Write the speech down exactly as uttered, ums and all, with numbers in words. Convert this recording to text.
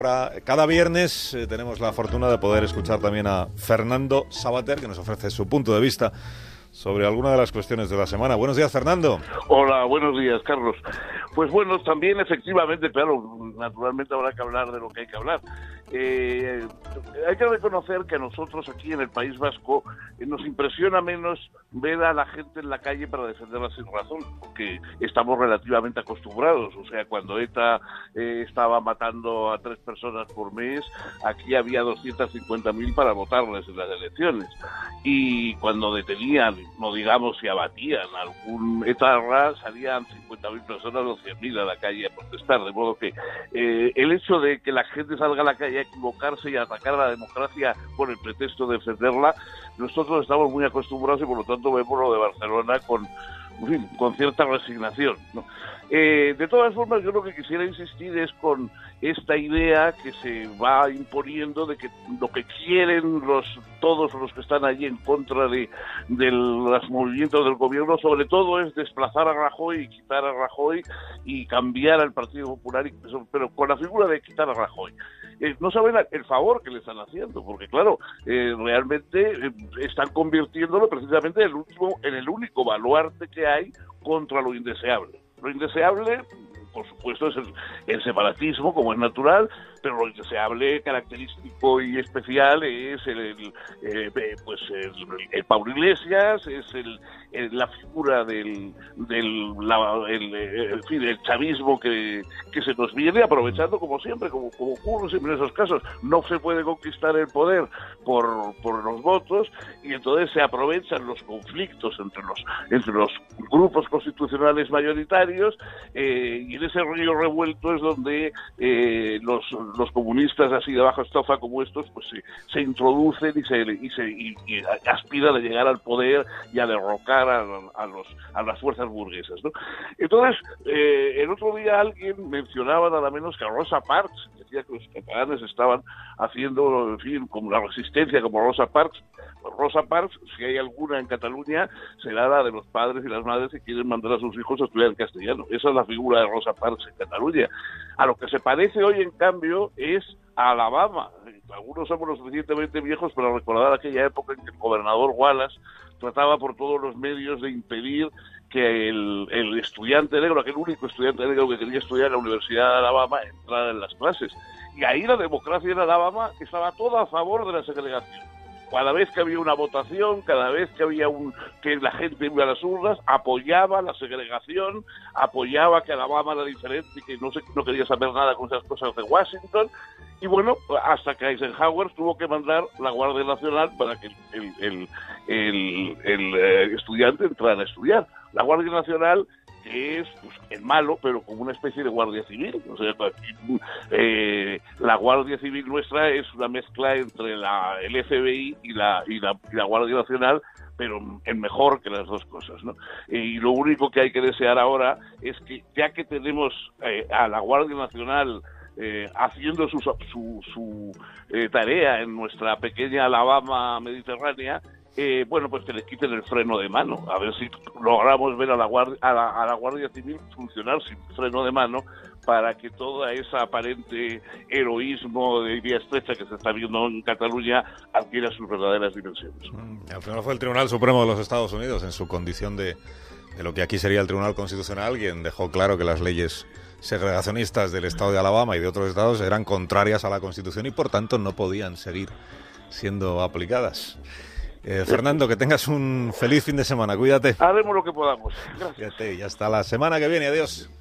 Cada viernes eh, tenemos la fortuna de poder escuchar también a Fernando Savater, que nos ofrece su punto de vista sobre alguna de las cuestiones de la semana. Buenos días, Fernando. Hola, buenos días, Carlos. Pues bueno, también efectivamente, claro, naturalmente habrá que hablar de lo que hay que hablar. Eh, hay que reconocer que a nosotros aquí en el País Vasco eh, nos impresiona menos ver a la gente en la calle para defenderla sin razón, porque estamos relativamente acostumbrados. O sea, cuando ETA eh, estaba matando a tres personas por mes, aquí había doscientas cincuenta mil para votarles en las elecciones. Y cuando detenían, no digamos si abatían algún etarra, salían cincuenta mil personas o cien mil a la calle a protestar. De modo que eh, el hecho de que la gente salga a la calle a equivocarse y a atacar a la democracia por el pretexto de defenderla, nosotros estamos muy acostumbrados y por lo tanto vemos lo de Barcelona con, en fin, con cierta resignación, ¿no? Eh, de todas formas, yo lo que quisiera insistir es con esta idea que se va imponiendo de que lo que quieren los todos los que están allí en contra de, de los movimientos del gobierno, sobre todo, es desplazar a Rajoy y quitar a Rajoy y cambiar al Partido Popular, y, pero con la figura de quitar a Rajoy. Eh, no saben el favor que le están haciendo, porque claro, eh, realmente eh, están convirtiéndolo precisamente en el, último, en el único baluarte que hay contra lo indeseable. Lo indeseable, por supuesto, es el, el separatismo, como es natural, pero lo indeseable, característico y especial es el, el eh, pues el, el Pablo Iglesias, es el, el, la figura del, del la, el, el, el, el chavismo que, que se nos viene aprovechando, como siempre, como, como ocurre siempre en esos casos. No se puede conquistar el poder por, por los votos, y entonces se aprovechan los conflictos entre los, entre los grupos constitucionales mayoritarios, eh, y en ese río revuelto es donde eh, los los comunistas así de baja estofa como estos pues se, se introducen y se y se y, y aspiran a llegar al poder y a derrocar a, a los a las fuerzas burguesas, ¿no? Entonces eh, el otro día alguien mencionaba nada menos que a Rosa Parks, decía que los catalanes estaban haciendo, en fin, como la resistencia como Rosa Parks. Rosa Parks, si hay alguna en Cataluña, será la de los padres y las madres que quieren mandar a sus hijos a estudiar en castellano. Esa es la figura de Rosa Parks en Cataluña. A lo que se parece hoy, en cambio, es a Alabama. Algunos somos lo suficientemente viejos para recordar aquella época en que el gobernador Wallace trataba por todos los medios de impedir que el, el estudiante negro, aquel único estudiante negro que quería estudiar en la Universidad de Alabama, entrara en las clases. Y ahí la democracia en Alabama estaba toda a favor de la segregación. Cada vez que había una votación, cada vez que había un que la gente iba a las urnas, apoyaba la segregación, apoyaba que Alabama era diferente y que no, se, no quería saber nada con esas cosas de Washington. Y bueno, hasta que Eisenhower tuvo que mandar la Guardia Nacional para que el, el, el, el, el eh, estudiante entrara a estudiar. La Guardia Nacional, que es pues, el malo, pero como una especie de guardia civil. O sea, eh, la Guardia Civil nuestra es una mezcla entre la, el F B I y la, y la, y la Guardia Nacional, pero es mejor que las dos cosas, ¿no? Y lo único que hay que desear ahora es que, ya que tenemos eh, a la Guardia Nacional eh, haciendo su, su, su eh, tarea en nuestra pequeña Alabama mediterránea, Eh, bueno, pues que les quiten el freno de mano, a ver si logramos ver a la, guardia, a, la, a la Guardia Civil funcionar sin freno de mano, para que toda esa aparente heroísmo de vía estrecha que se está viendo en Cataluña adquiera sus verdaderas dimensiones. Mm, al final fue el Tribunal Supremo de los Estados Unidos, en su condición de, de lo que aquí sería el Tribunal Constitucional, quien dejó claro que las leyes segregacionistas del estado de Alabama y de otros estados eran contrarias a la Constitución y por tanto no podían seguir siendo aplicadas. Eh, Fernando, que tengas un feliz fin de semana, cuídate. Haremos lo que podamos. Gracias. Cuídate y hasta la semana que viene, adiós.